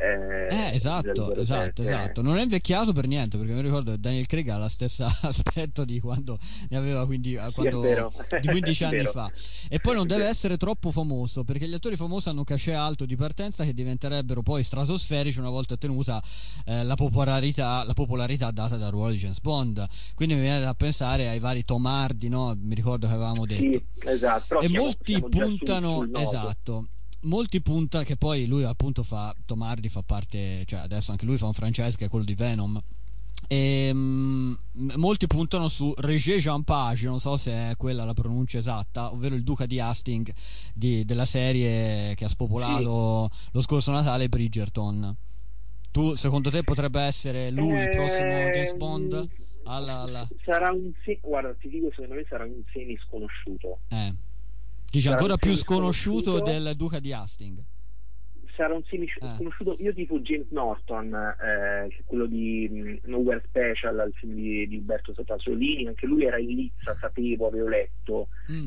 esatto. Non è invecchiato per niente, perché mi ricordo che Daniel Craig ha lo stesso aspetto di quando ne aveva di 15 anni fa. E poi non deve essere troppo famoso, perché gli attori famosi hanno un cachet alto di partenza che diventerebbero poi stratosferici una volta ottenuta la popolarità data dal ruolo di James Bond. Quindi mi viene da pensare ai vari Tom Hardy, no? Mi ricordo che avevamo detto. Sì, esatto. E molti puntano, esatto. Molti puntano, che poi lui appunto Tom Hardy fa parte, cioè adesso anche lui fa un franchise che è quello di Venom, e molti puntano su Roger Jean Page, non so se è quella la pronuncia esatta, ovvero il duca di Hastings della serie che ha spopolato lo scorso Natale, Bridgerton. Tu, secondo te, potrebbe essere lui il prossimo James Bond? Sarà guarda, ti dico, secondo me sarà un semi sconosciuto. Dice ancora più sconosciuto del duca di Hastings. Sarà un semi sconosciuto. Io tipo James Norton, che è quello di Nowhere Special, il film di Umberto Pasolini. Anche lui era in lizza, sapevo, avevo letto.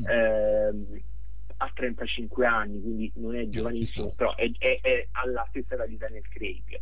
Ha 35 anni, quindi non è giovanissimo, però è alla stessa età di Daniel Craig.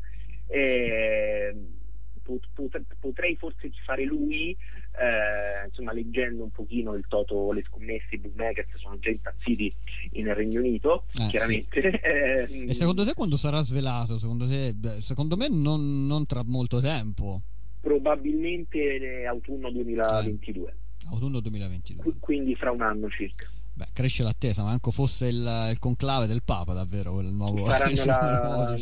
Potrei forse fare lui, insomma, leggendo un pochino il Toto, le scommesse, i bookmakers sono già impazziti in Regno Unito, chiaramente. Sì. E secondo te quando sarà svelato? Secondo me non tra molto tempo. Probabilmente autunno 2022. Autunno 2022. Quindi fra un anno circa. Beh, cresce l'attesa, ma anche fosse il conclave del Papa, davvero, il nuovo faranno la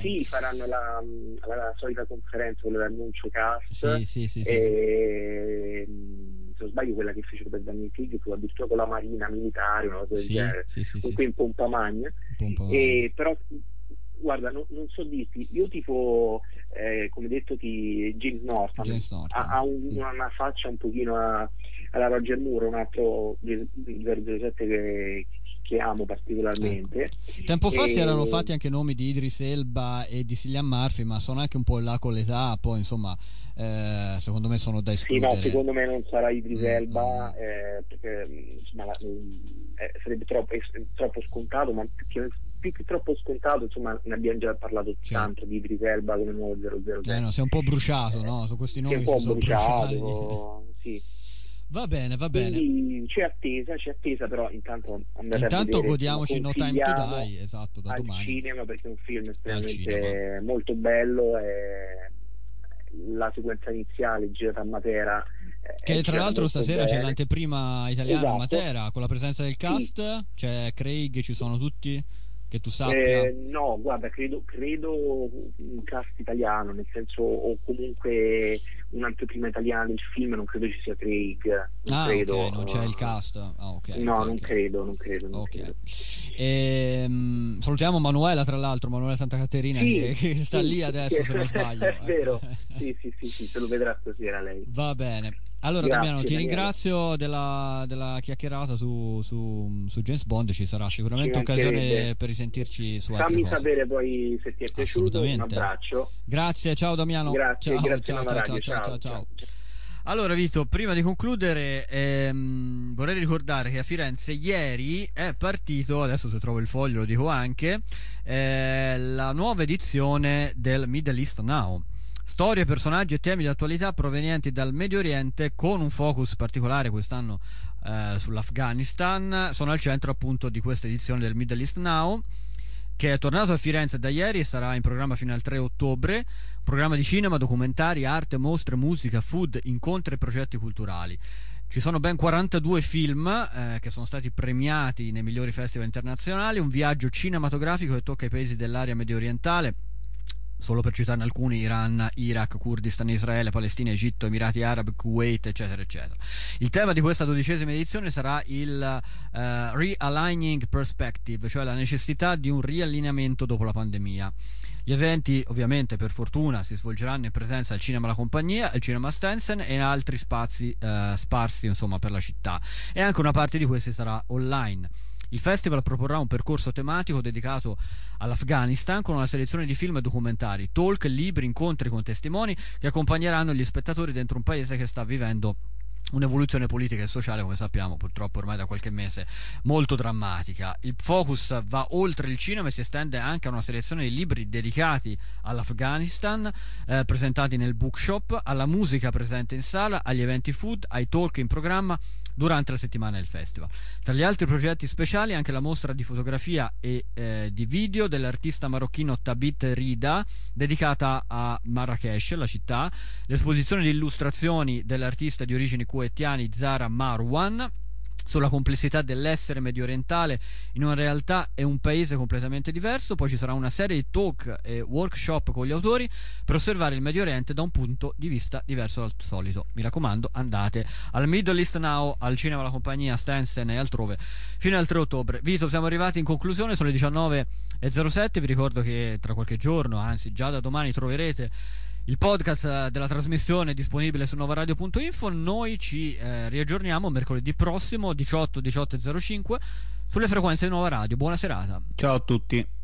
solita conferenza, quella dell'annuncio cast. Sì. Se non sbaglio quella che fecero per Daniel Craig, fu addirittura con la marina militare, una cosa del genere, comunque in pompa magna. Però guarda, non so dirti, io tipo come detto James Norton. Ha una faccia un pochino alla Roger Moore, un altro 007 che amo particolarmente. Tempo fa si erano fatti anche nomi di Idris Elba e di Cillian Murphy, ma sono anche un po' là con l'età, poi insomma secondo me sono da escludere. Sì, no, secondo me non sarà Idris Elba, perché insomma sarebbe troppo scontato, ma più che troppo scontato, insomma, ne abbiamo già parlato tanto di Idris Elba come nuovo 007. No, si è un po' bruciato, no? Su questi nomi si è un po' bruciato, sì. Va bene. Quindi c'è attesa, però intanto godiamoci No Time to Die, esatto, da domani. Cinema, perché è un film estremamente molto bello, la sequenza iniziale girata a Matera, che tra l'altro stasera c'è l'anteprima italiana a Esatto. Matera con la presenza del cast, c'è Craig, ci sono tutti, che tu sappia. No, guarda, credo un cast italiano, nel senso, o comunque un'anteprima italiana del film, non credo ci sia Craig. Credo, ok, non c'è il cast. Non credo. Salutiamo Manuela, tra l'altro, Manuela Santa Caterina, che sta lì adesso, se non sbaglio. È vero, sì, se lo vedrà stasera lei. Va bene. Allora, Grazie, Damiano, ti Daniele. ringrazio della chiacchierata su James Bond. Ci sarà sicuramente occasione per risentirci su altre cose. Fammi sapere poi se ti è piaciuto. Un abbraccio. Grazie, ciao Damiano. Grazie, ciao. alla radio. Ciao. Allora Vito, prima di concludere vorrei ricordare che a Firenze ieri è partito, adesso se trovo il foglio lo dico anche, la nuova edizione del Middle East Now. Storie, personaggi e temi di attualità provenienti dal Medio Oriente, con un focus particolare quest'anno sull'Afghanistan. Sono al centro appunto di questa edizione del Middle East Now, che è tornato a Firenze da ieri e sarà in programma fino al 3 ottobre. Programma di cinema, documentari, arte, mostre, musica, food, incontri e progetti culturali. Ci sono ben 42 film che sono stati premiati nei migliori festival internazionali, un viaggio cinematografico che tocca i paesi dell'area medio orientale, solo per citarne alcuni: Iran, Iraq, Kurdistan, Israele, Palestina, Egitto, Emirati Arabi, Kuwait, eccetera eccetera. Il tema di questa 12ª edizione sarà il Realigning Perspective, cioè la necessità di un riallineamento dopo la pandemia. Gli eventi ovviamente, per fortuna, si svolgeranno in presenza del Cinema La Compagnia, il Cinema Stensen e altri spazi sparsi insomma per la città, e anche una parte di questi sarà online. Il festival proporrà un percorso tematico dedicato all'Afghanistan, con una selezione di film e documentari, talk, libri, incontri con testimoni che accompagneranno gli spettatori dentro un paese che sta vivendo un'evoluzione politica e sociale, come sappiamo purtroppo ormai da qualche mese, molto drammatica. Il focus va oltre il cinema e si estende anche a una selezione di libri dedicati all'Afghanistan, presentati nel bookshop, alla musica presente in sala, agli eventi food, ai talk in programma durante la settimana del festival. Tra gli altri progetti speciali anche la mostra di fotografia e di video dell'artista marocchino Tabit Rida, dedicata a Marrakesh, la città, l'esposizione di illustrazioni dell'artista di origini kuwaitiani Zara Marwan sulla complessità dell'essere medio orientale in una realtà e un paese completamente diverso. Poi ci sarà una serie di talk e workshop con gli autori per osservare il Medio Oriente da un punto di vista diverso dal solito. Mi raccomando, andate al Middle East Now, al Cinema La Compagnia, Stensen e altrove fino al 3 ottobre. Vito, siamo arrivati in conclusione, sono le 19:07. Vi ricordo che tra qualche giorno, anzi già da domani, troverete il podcast della trasmissione disponibile su novaradio.info. Noi ci riaggiorniamo mercoledì prossimo 18:05 sulle frequenze di Nuova Radio. Buona serata. Ciao a tutti.